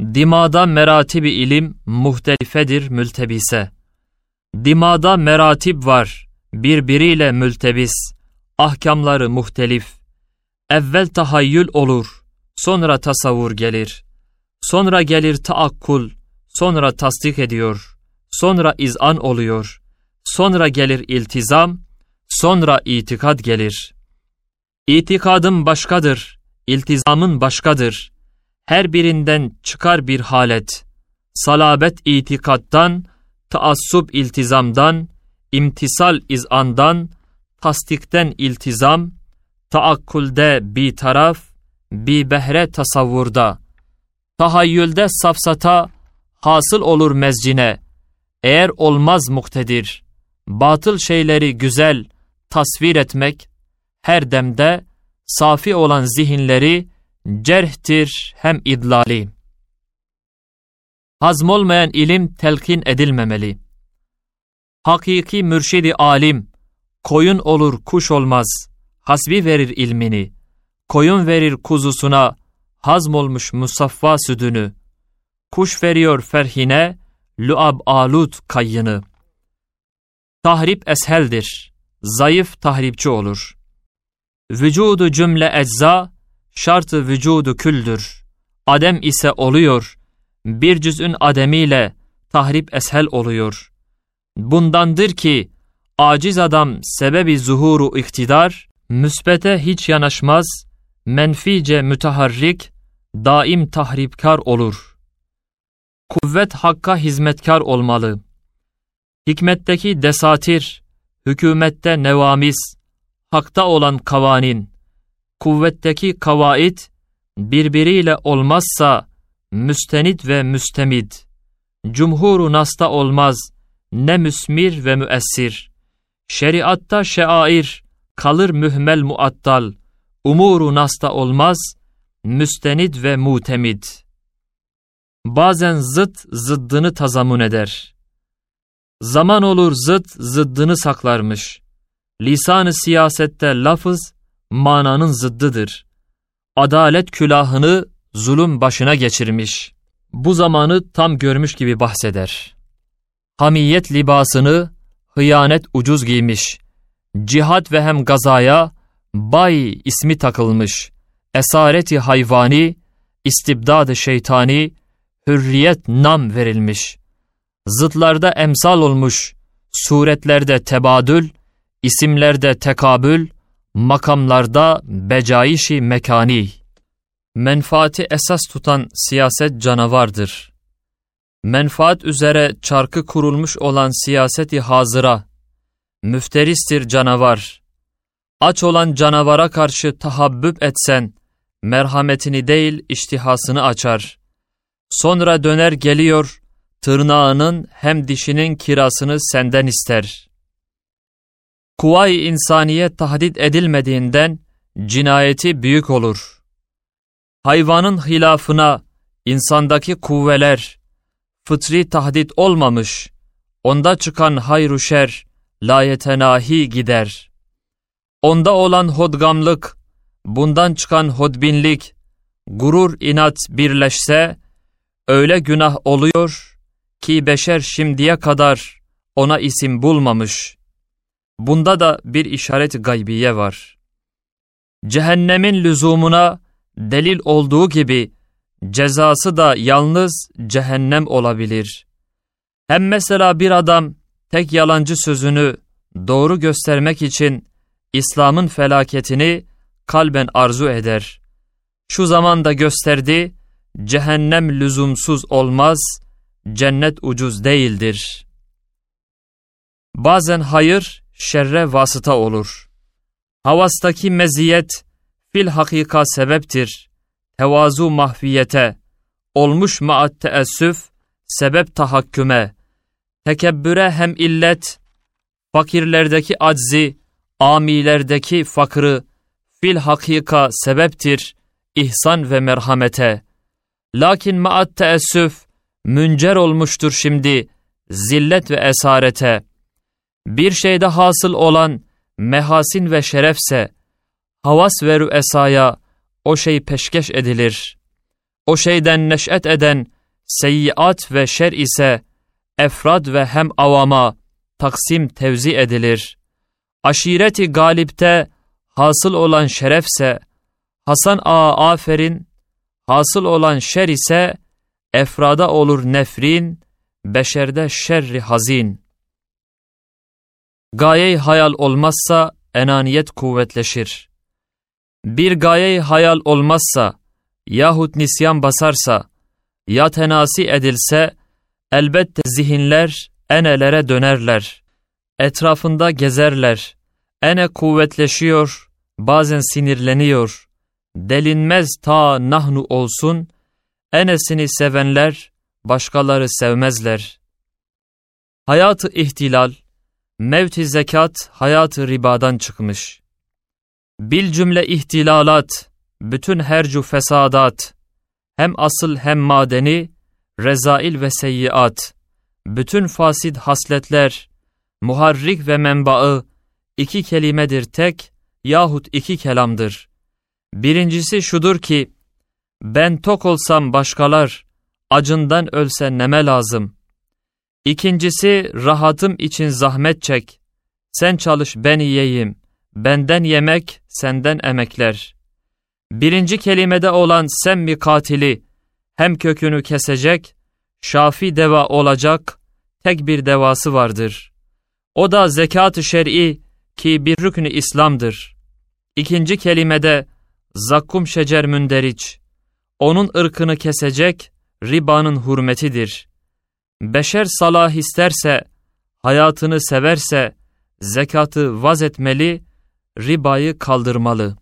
Dimada meratibi ilim muhtelifedir mültebise. Dimada meratib var, birbiriyle mültebis, ahkamları muhtelif. Evvel tahayyül olur, sonra tasavvur gelir. Sonra gelir taakkul, sonra tasdik ediyor. Sonra izan oluyor. Sonra gelir iltizam, sonra itikad gelir. İtikadın başkadır, iltizamın başkadır. Her birinden çıkar bir halet. Salabet itikattan, taassub iltizamdan, imtisal izandan, tasdikten iltizam, taakkulde bir taraf, bir behre tasavvurda. Tahayyülde safsata, hasıl olur mezcine. Eğer olmaz muktedir, batıl şeyleri güzel tasvir etmek, her demde safi olan zihinleri cerhtir hem idlali. Hazmolmayan ilim telkin edilmemeli. Hakiki mürşidi alim, koyun olur kuş olmaz, hasbi verir ilmini. Koyun verir kuzusuna, hazmolmuş musaffa südünü. Kuş veriyor ferhine, luab alut kayyını. Tahrip esheldir, zayıf tahripçi olur. Vücudu cümle ecza, şartı vücudu küldür. Adem ise oluyor, bir cüz'ün ademiyle tahrip eshel oluyor. Bundandır ki, aciz adam sebebi zuhuru iktidar, müsbete hiç yanaşmaz, menfice müteharrik, daim tahripkar olur. Kuvvet hakka hizmetkar olmalı. Hikmetteki desatir, hükümette nevamis, hakta olan kavanin, kuvvetteki kavaid, birbiriyle olmazsa müstenid ve müstemid. Cumhuru nasta olmaz, ne müsmir ve müessir. Şeriatta şeair, kalır mühmel muattal. Umuru nasta olmaz, müstenid ve mutemid. Bazen zıt zıddını tazamun eder. Zaman olur zıt zıddını saklarmış. Lisan-ı siyasette lafız, mananın zıddıdır. Adalet külahını zulüm başına geçirmiş. Bu zamanı tam görmüş gibi bahseder. Hamiyet libasını hıyanet ucuz giymiş. Cihat ve hem gazaya bay ismi takılmış. Esareti hayvani, istibdad-ı şeytani, hürriyet nam verilmiş. Zıtlarda emsal olmuş, suretlerde tebadül, isimlerde tekabül, makamlarda becaiş-i mekani. Menfaati esas tutan siyaset canavardır. Menfaat üzere çarkı kurulmuş olan siyaseti hazıra, müfteristir canavar. Aç olan canavara karşı tahabbüp etsen, merhametini değil iştihasını açar. Sonra döner geliyor, tırnağının hem dişinin kirasını senden ister. Kuvayi insaniye tahdid edilmediğinden cinayeti büyük olur. Hayvanın hilafına insandaki kuvveler fıtri tahdid olmamış, onda çıkan hayru şer layetenahi gider. Onda olan hodgamlık, bundan çıkan hodbinlik, gurur inat birleşse, öyle günah oluyor ki beşer şimdiye kadar ona isim bulmamış. Bunda da bir işaret gaybiye var. Cehennemin lüzumuna delil olduğu gibi, cezası da yalnız cehennem olabilir. Hem mesela bir adam tek yalancı sözünü doğru göstermek için İslam'ın felaketini kalben arzu eder. Şu zamanda gösterdi, cehennem lüzumsuz olmaz, cennet ucuz değildir. Bazen hayır, şerre vasıta olur. Havastaki meziyet, fil hakika sebeptir. Tevazu mahfiyete, olmuş maat teessüf, sebep tahakküme. Tekebbüre hem illet, fakirlerdeki aczi, amilerdeki fakrı, fil hakika sebeptir, ihsan ve merhamete. Lakin maat teessüf, müncer olmuştur şimdi, zillet ve esarete. Bir şeyde hasıl olan mehasin ve şerefse, havas ve rüesaya o şey peşkeş edilir. O şeyden neş'et eden Seyyiat ve şer ise efrad ve hem avama taksim tevzi edilir. Aşireti galipte hasıl olan şerefse Hasan Ağa aferin, hasıl olan şer ise efrada olur nefrin, beşerde şerri hazin. Gaye-i hayal olmazsa enaniyet kuvvetleşir. Bir gaye-i hayal olmazsa yahut nisyan basarsa ya tenasi edilse elbette zihinler enelere dönerler. Etrafında gezerler. Ene kuvvetleşiyor, bazen sinirleniyor. Delinmez ta nahnu olsun, enesini sevenler başkaları sevmezler. Hayat-ı ihtilal, mevt-i zekat hayat-ı ribadan çıkmış. Bil cümle ihtilalat, bütün hercu fesadat, hem asıl hem madeni, rezail ve seyyiat, bütün fasid hasletler, muharrik ve menbaı, iki kelimedir tek yahut iki kelamdır. Birincisi şudur ki, ben tok olsam başkalar, acından ölse neme lazım. İkincisi, rahatım için zahmet çek, sen çalış ben yiyeyim, benden yemek, senden emekler. Birinci kelimede olan semmi katili, hem kökünü kesecek, şafi deva olacak, tek bir devası vardır. O da zekat-ı şer'i ki bir rüknü İslam'dır. İkinci kelimede zakkum şecer münderiç, onun ırkını kesecek, ribanın hürmetidir. Beşer salah isterse, hayatını severse, zekatı vaz etmeli, ribayı kaldırmalı.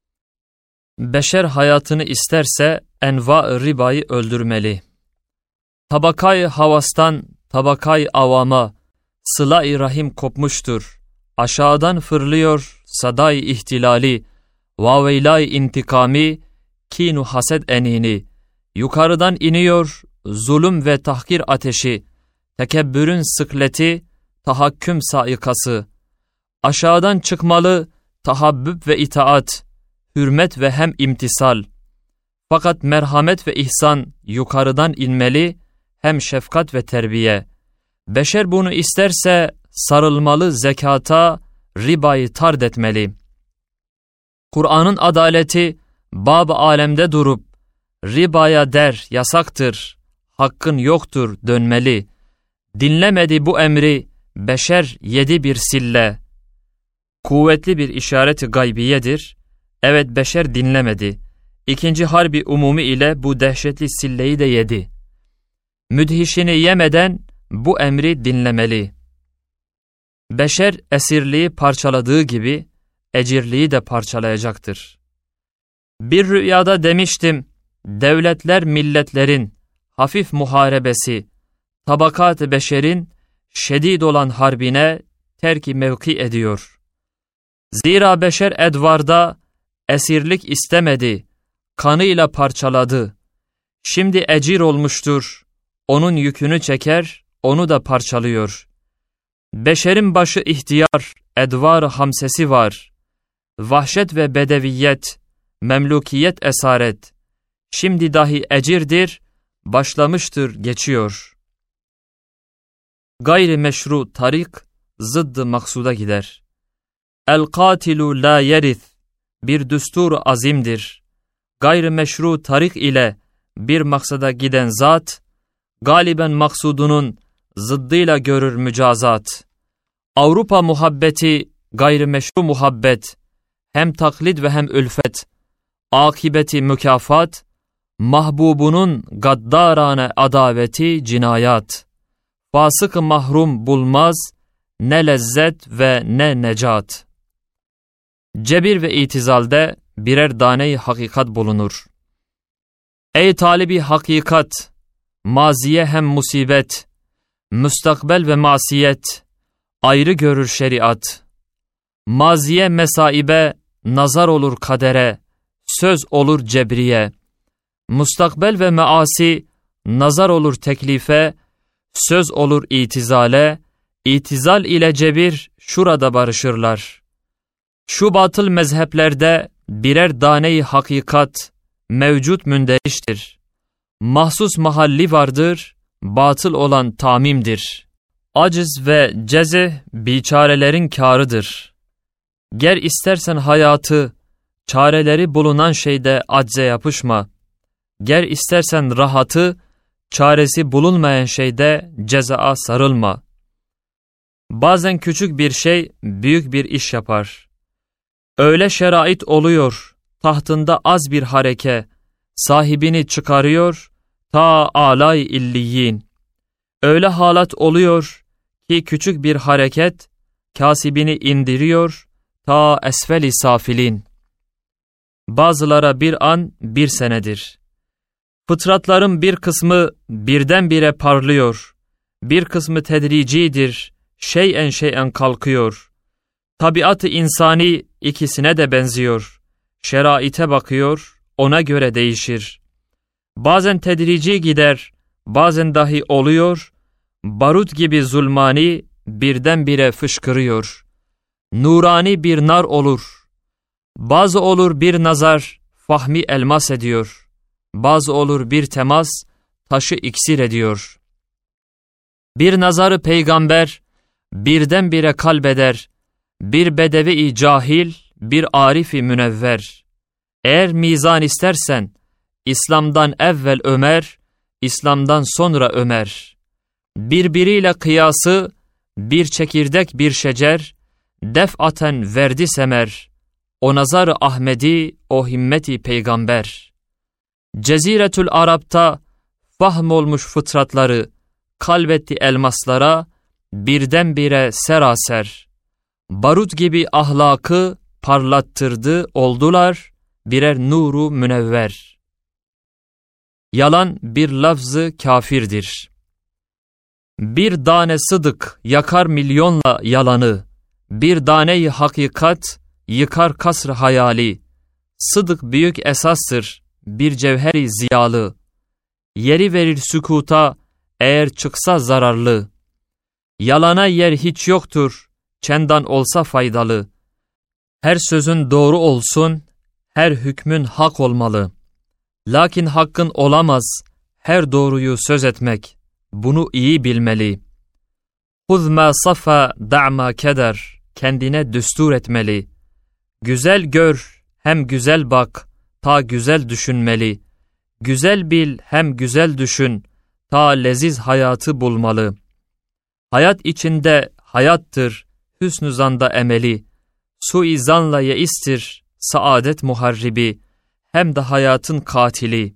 Beşer hayatını isterse, enva ribayı öldürmeli. Tabakay havastan, tabakay avama, sıla-i rahim kopmuştur. Aşağıdan fırlıyor saday ihtilali, vaveylay intikami, kinu haset enini. Yukarıdan iniyor zulüm ve tahkir ateşi, tekebbürün sıkleti, tahakküm saikası. Aşağıdan çıkmalı tahabbüb ve itaat, hürmet ve hem imtisal. Fakat merhamet ve ihsan yukarıdan inmeli, hem şefkat ve terbiye. Beşer bunu isterse sarılmalı zekata, ribayı tard etmeli. Kur'an'ın adaleti bab-ı alemde durup, ribaya der yasaktır, hakkın yoktur dönmeli. Dinlemedi bu emri, beşer yedi bir sille. Kuvvetli bir işareti gaybiyedir. Evet, beşer dinlemedi. İkinci harbi umumi ile bu dehşetli silleyi de yedi. Müdhişini yemeden bu emri dinlemeli. Beşer esirliği parçaladığı gibi ecirliği de parçalayacaktır. Bir rüyada demiştim, devletler milletlerin hafif muharebesi, tabakat-ı beşerin şedid olan harbine terki mevki ediyor. Zira beşer edvarda esirlik istemedi, kanıyla parçaladı. Şimdi ecir olmuştur, onun yükünü çeker, onu da parçalıyor. Beşerin başı ihtiyar, edvar hamsesi var. Vahşet ve bedeviyet, memlukiyet esaret. Şimdi dahi ecirdir, başlamıştır, geçiyor. Gayri meşru tarik, zıddı maksuda gider. El katilu la yerith, bir düstur azimdir. Gayri meşru tarik ile bir maksada giden zat, galiben maksudunun zıddıyla görür mücazat. Avrupa muhabbeti, gayrimeşru muhabbet, hem taklit ve hem ülfet, akibeti mükafat, mahbubunun gaddarane adaveti cinayat. Fasık-ı mahrum bulmaz, ne lezzet ve ne necat. Cebir ve itizalde birer tane-i hakikat bulunur. Ey talibi hakikat, maziye hem musibet, müstakbel ve masiyet, ayrı görür şeriat. Maziye mesaibe, nazar olur kadere, söz olur cebriye. Mustakbel ve measi, nazar olur teklife, söz olur itizale, itizal ile cebir şurada barışırlar. Şu batıl mezheplerde birer tane-i hakikat mevcut münderiştir. Mahsus mahalli vardır, batıl olan tamimdir. Aciz ve cezih biçarelerin kârıdır. Ger istersen hayatı, çareleri bulunan şeyde acze yapışma. Ger istersen rahatı, çaresi bulunmayan şeyde cezaa sarılma. Bazen küçük bir şey büyük bir iş yapar. Öyle şerait oluyor, tahtında az bir hareke, sahibini çıkarıyor, ta alay illiyin. Öyle halat oluyor ki küçük bir hareket, kasibini indiriyor, ta esfel-i safilin. Bazılara bir an bir senedir. Fıtratların bir kısmı birdenbire parlıyor, bir kısmı tedricidir, şeyen kalkıyor. Tabiat-ı insani ikisine de benziyor. Şeraite bakıyor, ona göre değişir. Bazen tedrici gider, bazen dahi oluyor, barut gibi zulmani birdenbire fışkırıyor. Nurani bir nar olur. Bazı olur bir nazar, fahmi elmas ediyor. Bazı olur bir temas, taşı iksir ediyor. Bir nazarı peygamber, birdenbire kalbeder, bir bedevi cahil, bir arifi münevver. Eğer mizan istersen, İslam'dan evvel Ömer, İslam'dan sonra Ömer. Birbiriyle kıyası, bir çekirdek bir şecer, defaten verdi semer. O nazar-ı Ahmedi, o himmeti peygamber. Ceziretül Arap'ta fahm olmuş fıtratları, kalbetti elmaslara, birdenbire seraser. Barut gibi ahlakı parlattırdı oldular, birer nuru münevver. Yalan bir lafzı kafirdir. Bir tane sıdık yakar milyonla yalanı, bir tane-i hakikat yıkar kasr hayali. Sıdık büyük esastır, bir cevheri ziyalı. Yeri verir sükuta, eğer çıksa zararlı. Yalana yer hiç yoktur, çendan olsa faydalı. Her sözün doğru olsun, her hükmün hak olmalı. Lakin hakkın olamaz, her doğruyu söz etmek. Bunu iyi bilmeli. Huz ma safa da'ma keder, kendine düstur etmeli. Güzel gör, hem güzel bak, ta güzel düşünmeli. Güzel bil, hem güzel düşün, ta leziz hayatı bulmalı. Hayat içinde hayattır, hüsnü zanda emeli. Suizanla yeistir, saadet muharribi, hem de hayatın katili.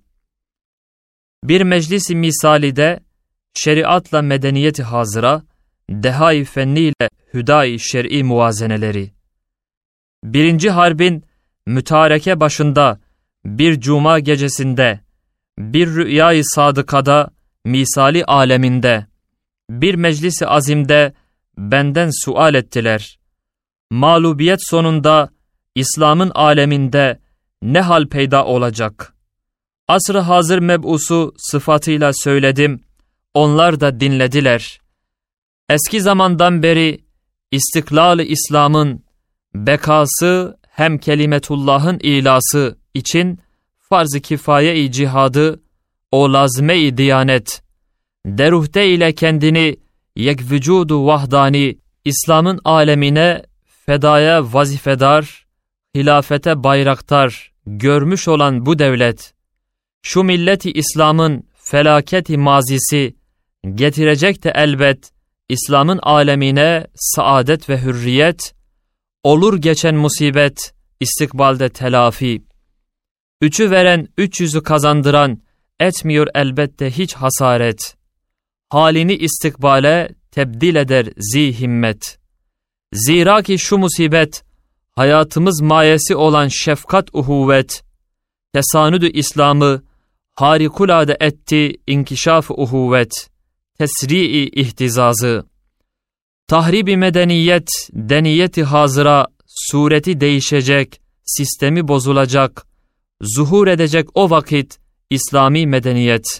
Bir meclisi misalide, şeriatla medeniyeti hazıra, dehai fenniyle hüdai şer'i muvazeneleri. Birinci harbin mütareke başında, bir cuma gecesinde, bir rüyayı sadıkada, misali aleminde, bir meclisi azimde benden sual ettiler. Mağlubiyet sonunda İslam'ın aleminde ne hal peyda olacak? Asr-ı hazır meb'usu sıfatıyla söyledim, onlar da dinlediler. Eski zamandan beri istiklal-ı İslam'ın bekası hem kelimetullah'ın ilası için farz-ı kifaye-i cihadı, o lazme-i diyanet, deruhte ile kendini yek vücudu vahdani İslam'ın alemine fedaya vazifedar, hilafete bayraktar görmüş olan bu devlet, şu milleti İslam'ın felaketi mazisi getirecek de elbet İslam'ın alemine saadet ve hürriyet, olur geçen musibet istikbalde telafi. Üçü veren 300'ü kazandıran etmiyor elbette hiç hasaret. Halini istikbale tebdil eder himmet. Zira ki şu musibet, hayatımız mayesi olan şefkat uhuvvet, tesanüdü İslam'ı harikulade etti inkişaf uhuvvet, tesri'i ihtizazı. Tahribi medeniyet, deniyeti hazıra, sureti değişecek, sistemi bozulacak, zuhur edecek o vakit İslami medeniyet.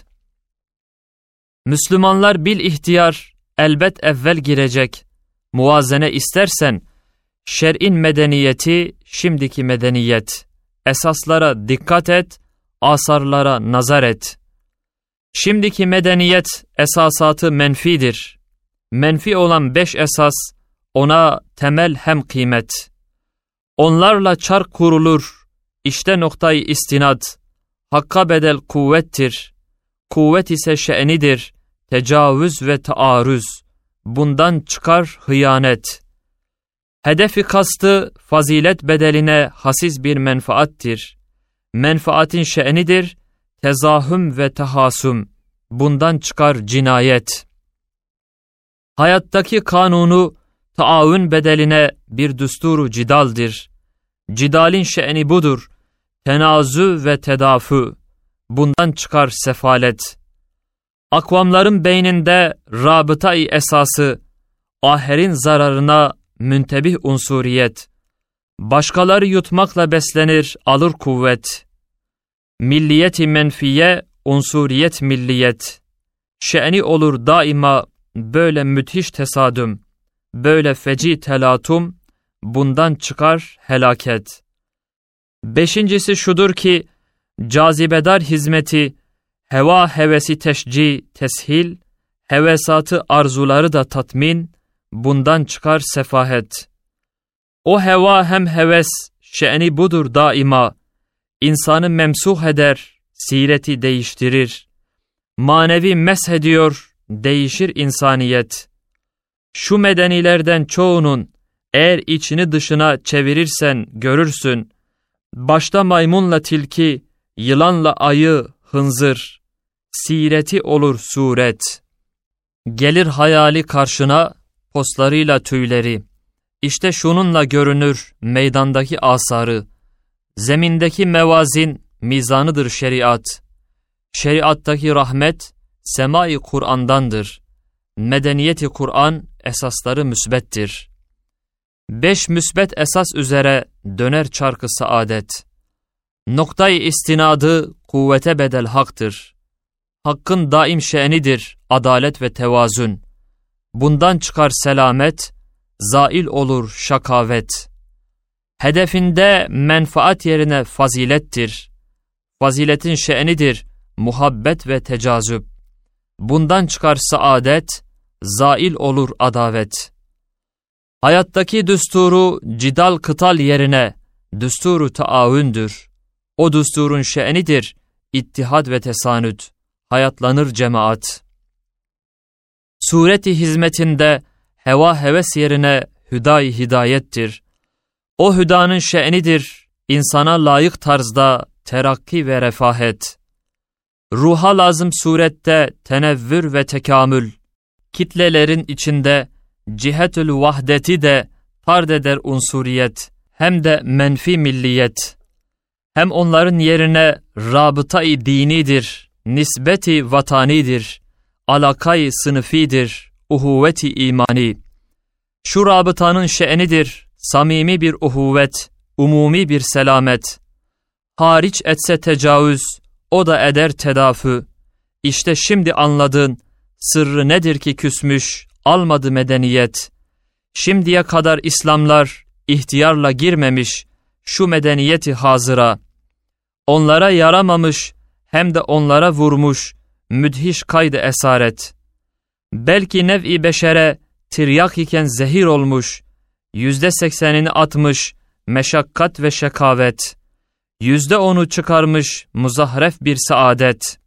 Müslümanlar bil ihtiyar elbet evvel girecek. Muvazene istersen, şer'in medeniyeti şimdiki medeniyet. Esaslara dikkat et, asarlara nazar et. Şimdiki medeniyet esasatı menfidir. Menfi olan 5 esas, ona temel hem kıymet. Onlarla çark kurulur, işte noktayı istinad. Hakka bedel kuvvettir. Kuvvet ise şe'nidir, tecavüz ve taarruz. Bundan çıkar hıyanet. Hedefi kastı fazilet bedeline hasis bir menfaattir. Menfaatin şe'nidir, tezahüm ve tehasüm. Bundan çıkar cinayet. Hayattaki kanunu taavün bedeline bir düsturu cidaldir. Cidalin şe'ni budur, tenazü ve tedafü. Bundan çıkar sefalet. Akvamların beyninde rabıta-i esası, aherin zararına müntebih unsuriyet. Başkaları yutmakla beslenir, alır kuvvet. Milliyeti menfiye, unsuriyet milliyet. Şe'ni olur daima böyle müthiş tesadüm, böyle feci telatum, bundan çıkar helaket. 5'incisi şudur ki, cazibedar hizmeti, heva hevesi teşci, teshil, hevesatı arzuları da tatmin, bundan çıkar sefahet. O heva hem heves, şe'ni budur daima, insanı memsuh eder, sireti değiştirir. Manevi meshediyor, değişir insaniyet. Şu medenilerden çoğunun, eğer içini dışına çevirirsen görürsün, başta maymunla tilki, yılanla ayı, hınzır, sireti olur suret. Gelir hayali karşına, postlarıyla tüyleri, işte şununla görünür meydandaki asarı, zemindeki mevazin, mizanıdır şeriat. Şeriattaki rahmet, semai Kur'an'dandır. Medeniyeti Kur'an, esasları müsbettir. 5 müsbet esas üzere döner çarkı saadet. Noktayı istinadı kuvvete bedel haktır. Hakkın daim şe'nidir adalet ve tevazun. Bundan çıkar selamet, zail olur şakavet. Hedefinde menfaat yerine fazilettir. Faziletin şe'nidir muhabbet ve tecazüp. Bundan çıkar saadet, zail olur adavet. Hayattaki düsturu cidal kıtal yerine düsturu taavündür. O düsturun şe'nidir ittihad ve tesanüt. Hayatlanır cemaat. Sureti hizmetinde heva heves yerine hüdâ-i hidayettir. O hüdanın şe'nidir insana layık tarzda terakki ve refahet. Ruha lazım surette tenevvür ve tekamül. Kitlelerin içinde cihetül vahdeti de tard eder unsuriyet, hem de menfi milliyet. Hem onların yerine rabıta-i dinidir, nisbeti vatanidir, alakayı sınıfidir, uhuvveti imani. Şu rabıtanın şe'nidir, samimi bir uhuvvet, umumi bir selamet. Hariç etse tecavüz, o da eder tedafü. İşte şimdi anladın, sırrı nedir ki küsmüş, almadı medeniyet. Şimdiye kadar İslamlar ihtiyarla girmemiş, şu medeniyeti hazıra. Onlara yaramamış, hem de onlara vurmuş, müdhiş kaydı esaret. Belki nev'i beşere tiryak iken zehir olmuş, %80'ini atmış, meşakkat ve şekavet. %10'u çıkarmış, muzahref bir saadet.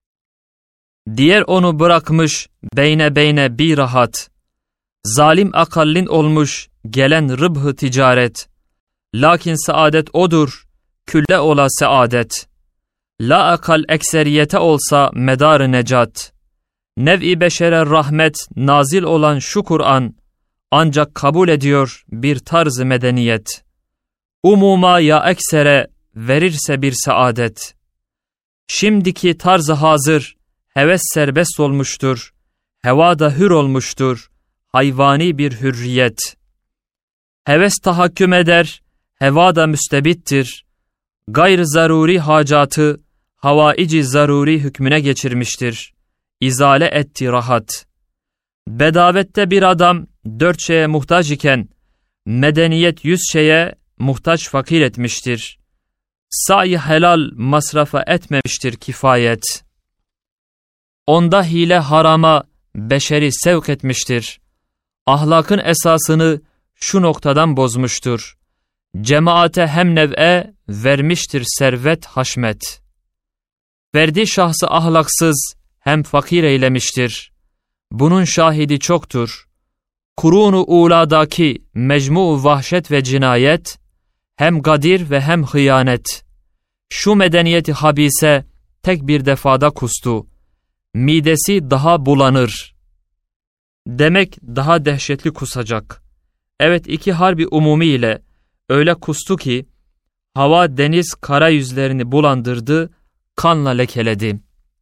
Diğer onu bırakmış, beyne bir rahat. Zalim akallin olmuş, gelen rıbh-ı ticaret. Lakin saadet odur, külle ola saadet. La akal ekseriyete olsa medar-ı necat. Nev'i beşere rahmet nazil olan şu Kur'an, ancak kabul ediyor bir tarz-ı medeniyet. Umuma ya eksere verirse bir saadet. Şimdiki tarz-ı hazır, heves serbest olmuştur, heva da hür olmuştur, hayvani bir hürriyet. Heves tahakküm eder, heva da müstebittir, gayr zaruri hacatı, havaici zaruri hükmüne geçirmiştir, izale etti rahat. Bedavette bir adam 4 şeye muhtaç iken, medeniyet 100 şeye muhtaç fakir etmiştir. Sa'i helal masrafa etmemiştir kifayet. Onda hile harama beşeri sevk etmiştir. Ahlakın esasını şu noktadan bozmuştur. Cemaate hem nev'e vermiştir servet haşmet. Verdiği şahsı ahlaksız hem fakir eylemiştir. Bunun şahidi çoktur. Kurun-u uladaki mecmu vahşet ve cinayet, hem gadir ve hem hıyanet. Şu medeniyeti habise tek bir defada kustu. Midesi daha bulanır. Demek daha dehşetli kusacak. Evet, iki harbi umumi ile öyle kustu ki, hava deniz kara yüzlerini bulandırdı, kanla lekeledi.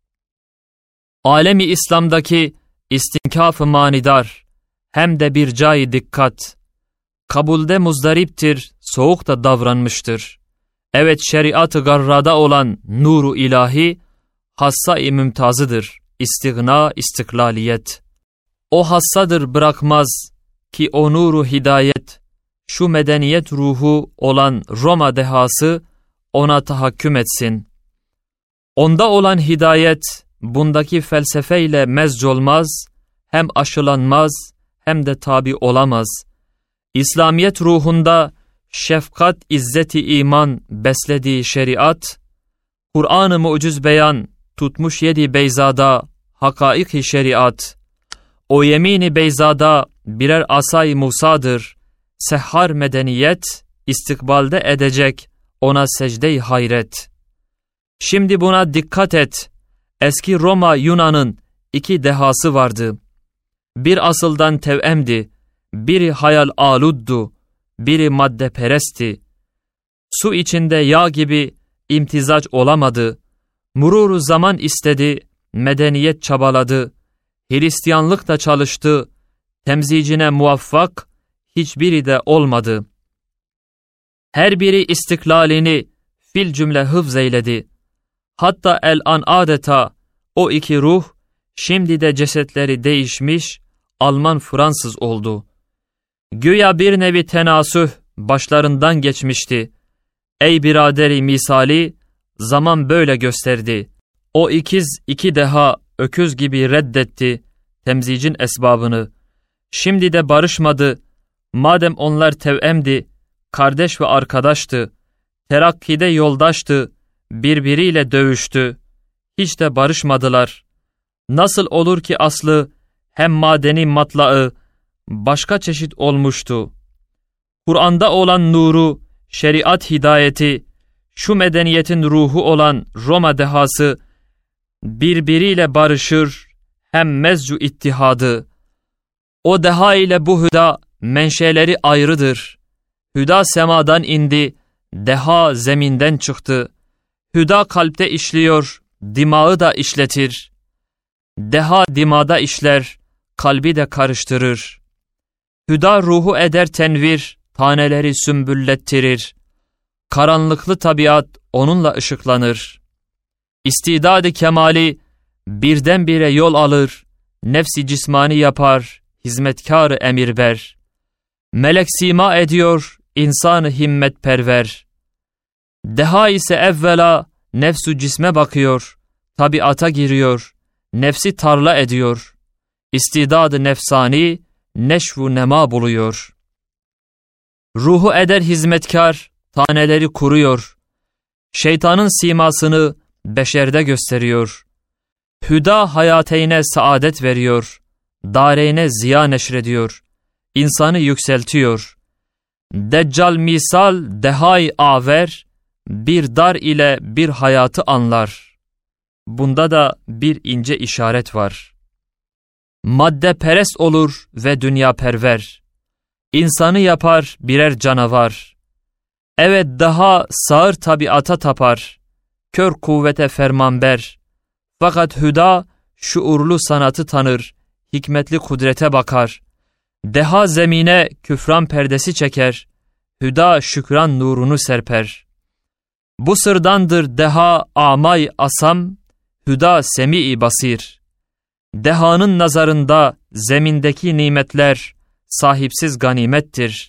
Alemi İslam'daki istinkaf-ı manidar, hem de bir cai dikkat, kabulde muzdariptir, soğuk da davranmıştır. Evet, şeriat-ı garrada olan nuru ilahi, hassa-i mümtazıdır, istigna, istiklaliyet. O hassadır bırakmaz ki o nuru hidayet, şu medeniyet ruhu olan Roma dehası ona tahakküm etsin. Onda olan hidayet, bundaki felsefeyle mezcolmaz, hem aşılanmaz, hem de tabi olamaz. İslamiyet ruhunda şefkat, izzeti iman beslediği şeriat, Kur'an-ı muciz beyan tutmuş yedi beyzada hakaik-i şeriat, o yemini beyzada birer asay Musa'dır, sehhar medeniyet, istikbalde edecek ona secde-i hayret. Şimdi buna dikkat et, eski Roma Yunan'ın iki dehası vardı. Bir asıldan tevemdi, biri hayal aluddu, biri maddeperestti. Su içinde yağ gibi imtizac olamadı. Mururu zaman istedi, medeniyet çabaladı. Hristiyanlık da çalıştı, temzicine muvaffak, hiçbiri de olmadı. Her biri istiklalini fil cümle hıfz eyledi. Hatta el-an adeta o iki ruh, şimdi de cesetleri değişmiş, Alman-Fransız oldu. Güya bir nevi tenasüh başlarından geçmişti. Ey biraderi misali, zaman böyle gösterdi. O ikiz iki deha öküz gibi reddetti temzicin esbabını. Şimdi de barışmadı. Madem onlar tevemdi, kardeş ve arkadaştı, terakkide yoldaştı, birbiriyle dövüştü. Hiç de barışmadılar. Nasıl olur ki aslı hem madeni matlağı başka çeşit olmuştu. Kur'an'da olan nuru, şeriat hidayeti, şu medeniyetin ruhu olan Roma dehası birbiriyle barışır, hem mezcu ittihadı. O deha ile bu hüda menşeleri ayrıdır. Hüda semadan indi, deha zeminden çıktı. Hüda kalpte işliyor, dimağı da işletir. Deha dimada işler, kalbi de karıştırır. Hüda ruhu eder tenvir, taneleri sümbüllettirir. Karanlıklı tabiat onunla ışıklanır. İstidad-ı kemali birdenbire yol alır, nefsi cismani yapar, hizmetkar-ı emirber. Melek sima ediyor, insan-ı himmetperver. Deha ise evvela nefsu cisme bakıyor, tabiata giriyor, nefsi tarla ediyor. İstidad-ı nefsani neşvu nema buluyor. Ruhu eder hizmetkar, taneleri kuruyor. Şeytanın simasını beşerde gösteriyor. Hüda hayateyne saadet veriyor. Dareyne ziya neşrediyor. İnsanı yükseltiyor. Deccal misal dehay aver, bir dar ile bir hayatı anlar. Bunda da bir ince işaret var. Madde perest olur ve dünya perver. İnsanı yapar birer canavar. Evet, daha sağır tabiata tapar. Kör kuvvete fermanber. Fakat hüda şuurlu sanatı tanır. Hikmetli kudrete bakar. Deha zemine küfran perdesi çeker. Hüda şükran nurunu serper. Bu sırdandır deha amay asam, hüda semi-i basir. Dehanın nazarında zemindeki nimetler sahipsiz ganimettir.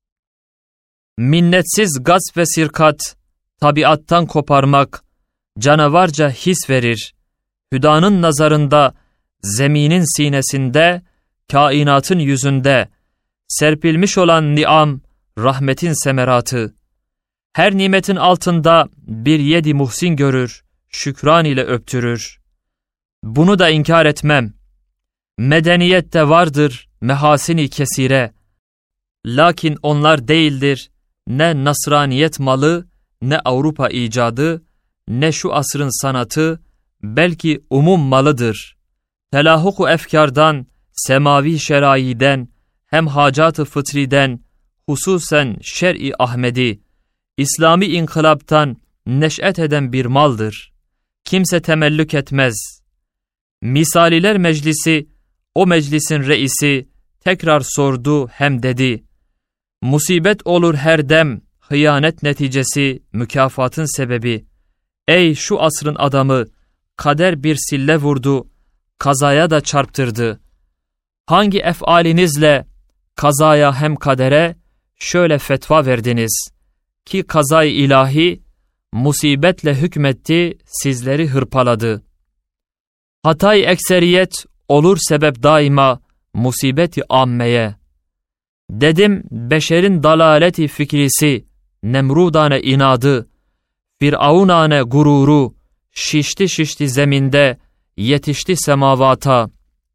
Minnetsiz gasp ve sirkat, tabiattan koparmak, canavarca his verir. Hüdanın nazarında, zeminin sinesinde, kainatın yüzünde, serpilmiş olan niam, rahmetin semeratı. Her nimetin altında bir yedi muhsin görür, şükran ile öptürür. Bunu da inkar etmem. Medeniyette vardır mehasini kesire. Lakin onlar değildir ne Nasraniyet malı, ne Avrupa icadı, ne şu asrın sanatı, belki umum malıdır. Telahuk-u efkardan, semavi şeraiden, hem hacat-ı fıtriden, hususen şer-i Ahmedi, İslami inkılaptan neş'et eden bir maldır. Kimse temellük etmez. Misaliler meclisi, o meclisin reisi, tekrar sordu hem dedi. Musibet olur her dem, hıyanet neticesi, mükafatın sebebi. Ey şu asrın adamı, kader bir sille vurdu, kazaya da çarptırdı. Hangi efalinizle, kazaya hem kadere, şöyle fetva verdiniz ki kazayı ilahi, musibetle hükmetti, sizleri hırpaladı. Hatay ekseriyet olur sebep daima, musibeti ammeye. Dedim beşerin dalaleti fikrisi, Nemrudane inadı, Firavunane gururu, şişti zeminde, yetişti semavata.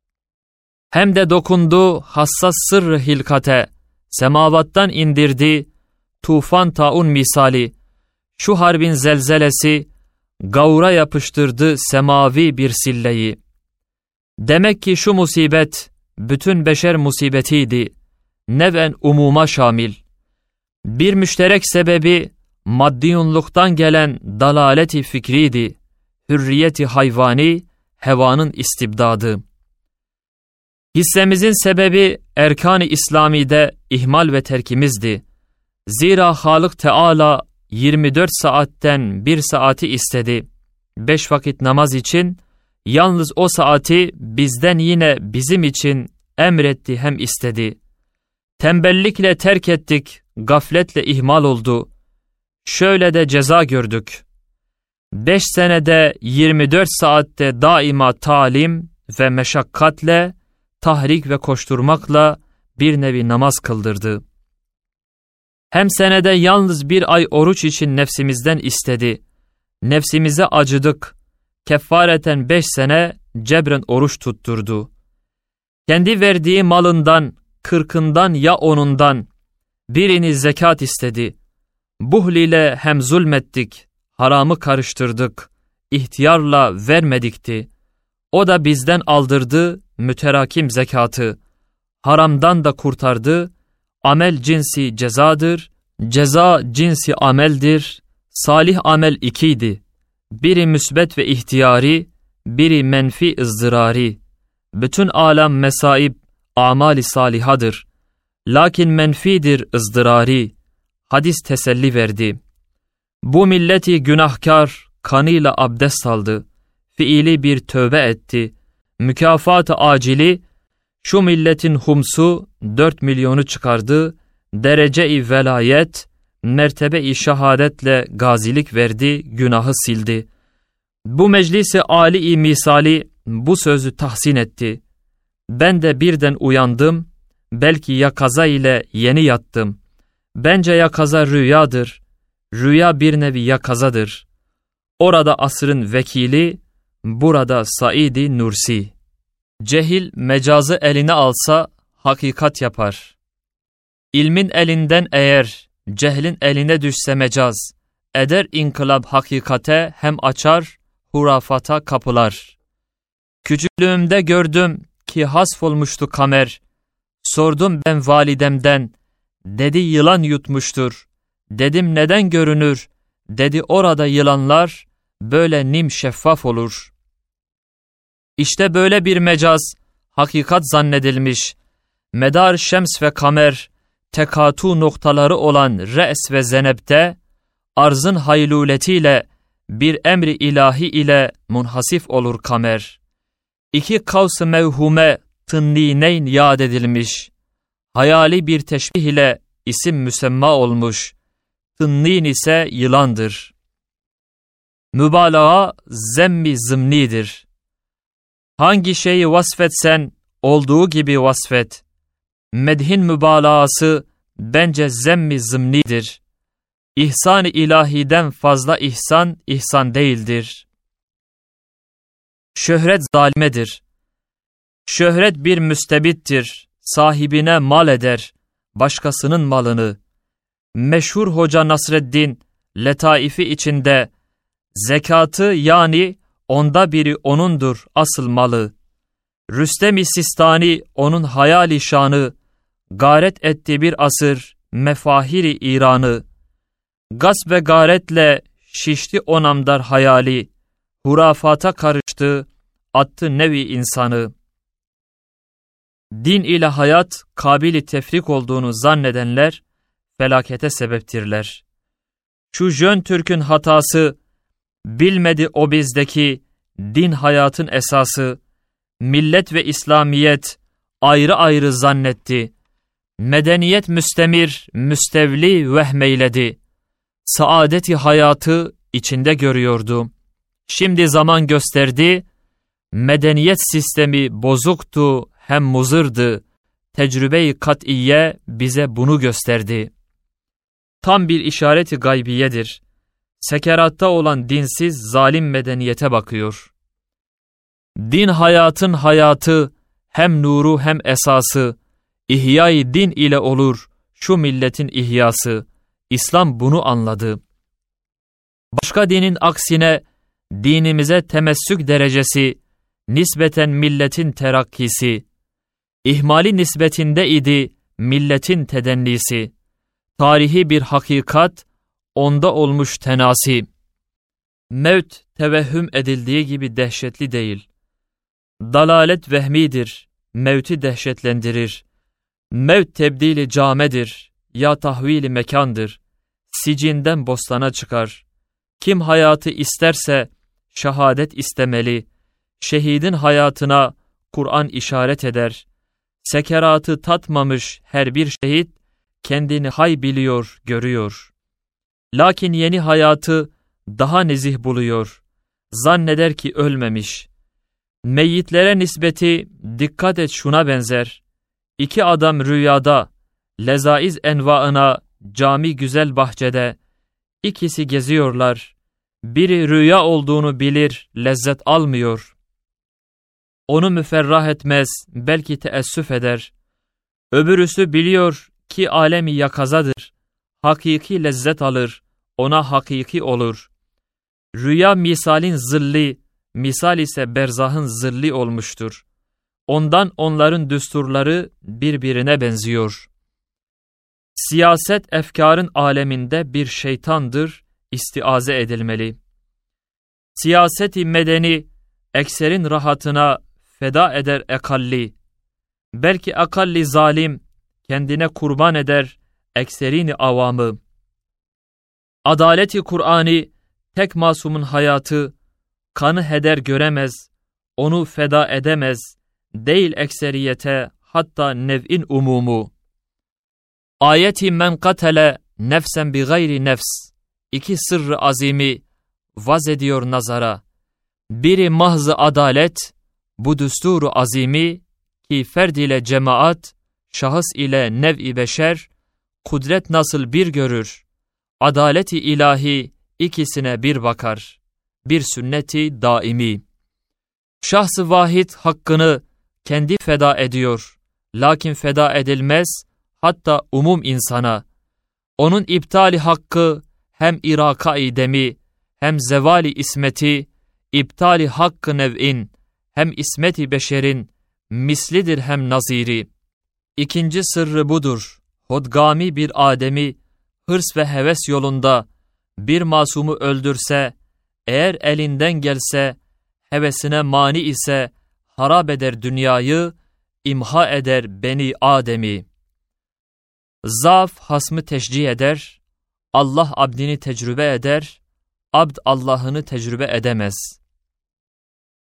Hem de dokundu hassas sırrı hilkate, semavattan indirdi, tufan taun misali, şu harbin zelzelesi, gavura yapıştırdı semavi bir silleyi. Demek ki şu musibet, bütün beşer musibetiydi, neven umuma şamil. Bir müşterek sebebi, maddiyunluktan gelen dalaleti fikriydi, hürriyeti hayvani, hevanın istibdadı. Hissemizin sebebi erkan-ı İslami'de ihmal ve terkimizdi. Zira Halık Teala 24 saatten 1 saati istedi. 5 vakit namaz için, yalnız o saati bizden yine bizim için emretti hem istedi. Tembellikle terk ettik, gafletle ihmal oldu. Şöyle de ceza gördük. 5 senede 24 saatte daima talim ve meşakkatle, tahrik ve koşturmakla bir nevi namaz kıldırdı. Hem senede yalnız 1 ay oruç için nefsimizden istedi. Nefsimize acıdık. Kefareten 5 sene cebren oruç tutturdu. Kendi verdiği malından, 40'ından ya 10'undan birini zekat istedi. Buhl ile hem zulmettik, haramı karıştırdık, ihtiyarla vermedikti. O da bizden aldırdı müterakim zekatı. Haramdan da kurtardı, amel cinsi cezadır, ceza cinsi ameldir. Salih amel 2'ydi. Biri müsbet ve ihtiyari, biri menfi ızdırari. Bütün alem mesaib, amali salihadır. Lakin menfidir ızdırari. Hadis teselli verdi. Bu milleti günahkar kanıyla abdest aldı. Fiili bir tövbe etti. Mükafat-ı acili, şu milletin humsu 4 milyonu çıkardı. Derece-i velayet, mertebe-i şehadetle gazilik verdi, günahı sildi. Bu meclisi âli-i misali bu sözü tahsin etti. Ben de birden uyandım, belki yakaza ile yeni yattım. Bence yakaza rüyadır, rüya bir nevi yakazadır. Orada asrın vekili, burada Said-i Nursi. Cehil mecazı eline alsa hakikat yapar. İlmin elinden eğer cehlin eline düşse mecaz, eder inkılap hakikate hem açar hurafata kapılar. Küçüklüğümde gördüm ki hasfolmuştu kamer. Sordum ben validemden, dedi yılan yutmuştur. Dedim neden görünür? Dedi orada yılanlar böyle nim şeffaf olur. İşte böyle bir mecaz, hakikat zannedilmiş. Medar şems ve kamer, tekatu noktaları olan re's ve zenebte, arzın hayluletiyle bir emri ilahi ile munhasif olur kamer. 2 kavs-ı mevhume tınnineyn yad edilmiş. Hayali bir teşbih ile isim müsemma olmuş. Tınnin ise yılandır. Mübalağa zemmi zımnidir. Hangi şeyi vasfetsen olduğu gibi vasfet. Medhin mübalağası bence zemmi zımnidir. İhsan-ı ilahiden fazla ihsan, ihsan değildir. Şöhret zalimedir. Şöhret bir müstebittir. Sahibine mal eder, başkasının malını. Meşhur Hoca Nasreddin, letaifi içinde, zekatı yani onda biri onundur asıl malı. Rüstem-i Sistani onun hayali şanı, garet etti bir asır mefahiri İran'ı. Gasp ve garetle şişti o namdar hayali, hurafata karıştı, attı nevi insanı. Din ile hayat kabili tefrik olduğunu zannedenler felakete sebeptirler. Şu Jön Türk'ün hatası, bilmedi o bizdeki din hayatın esası, millet ve İslamiyet ayrı ayrı zannetti. Medeniyet müstemir, müstevli vehmeyledi. Saadeti hayatı içinde görüyordu. Şimdi zaman gösterdi, medeniyet sistemi bozuktu, hem muzırdı. Tecrübe-i kat'iye bize bunu gösterdi. Tam bir işareti gaybiyedir. Sekeratta olan dinsiz, zalim medeniyete bakıyor. Din hayatın hayatı, hem nuru hem esası, İhya-i din ile olur şu milletin ihyası. İslam bunu anladı. Başka dinin aksine dinimize temessük derecesi, nispeten milletin terakkisi, ihmali nispetinde idi milletin tedennisi. Tarihi bir hakikat, onda olmuş tenasi. Mevt tevehhüm edildiği gibi dehşetli değil. Dalalet vehmidir, mevti dehşetlendirir. Mevt tebdili camedir, ya tahvili mekandır. Sicinden bostana çıkar. Kim hayatı isterse şehadet istemeli. Şehidin hayatına Kur'an işaret eder. Sekeratı tatmamış her bir şehit kendini hay biliyor, görüyor. Lakin yeni hayatı daha nezih buluyor. Zanneder ki ölmemiş. Meyyitlere nispeti dikkat et şuna benzer. İki adam rüyada, lezaiz envaına cami güzel bahçede, ikisi geziyorlar. Biri rüya olduğunu bilir, lezzet almıyor. Onu müferrah etmez, belki teessüf eder. Öbürüsü biliyor ki alemi yakazadır. Hakiki lezzet alır, ona hakiki olur. Rüya misalin zilli, misal ise berzahın zilli olmuştur. Ondan onların düsturları birbirine benziyor. Siyaset efkarın aleminde bir şeytandır, istiaze edilmeli. Siyaseti medeni ekserin rahatına feda eder ekalli. Belki ekalli zalim kendine kurban eder ekserini avamı. Adaleti Kur'ani tek masumun hayatı kanı heder göremez, onu feda edemez, değil ekseriyete hatta nev'in umumu. Ayeti men katele nefsen bi gayri nefs, iki sırrı azimi vaz ediyor nazara. Biri mahz-ı adalet, bu düsturu azimi ki ferd ile cemaat, şahıs ile nev'i beşer, kudret nasıl bir görür, adaleti ilahi ikisine bir bakar, bir sünneti daimi. Şahs-ı vahid hakkını kendi feda ediyor, lakin feda edilmez, hatta umum insana. Onun iptali hakkı hem iraka-i demi, hem zevali ismeti, iptali hakkı nev'in, hem ismeti beşerin, mislidir hem naziri. İkinci sırrı budur, hodgami bir ademi, hırs ve heves yolunda, bir masumu öldürse, eğer elinden gelse, hevesine mani ise, harap eder dünyayı, imha eder beni Adem'i. Zaaf hasmı teşcih eder, Allah abdini tecrübe eder, abd Allah'ını tecrübe edemez.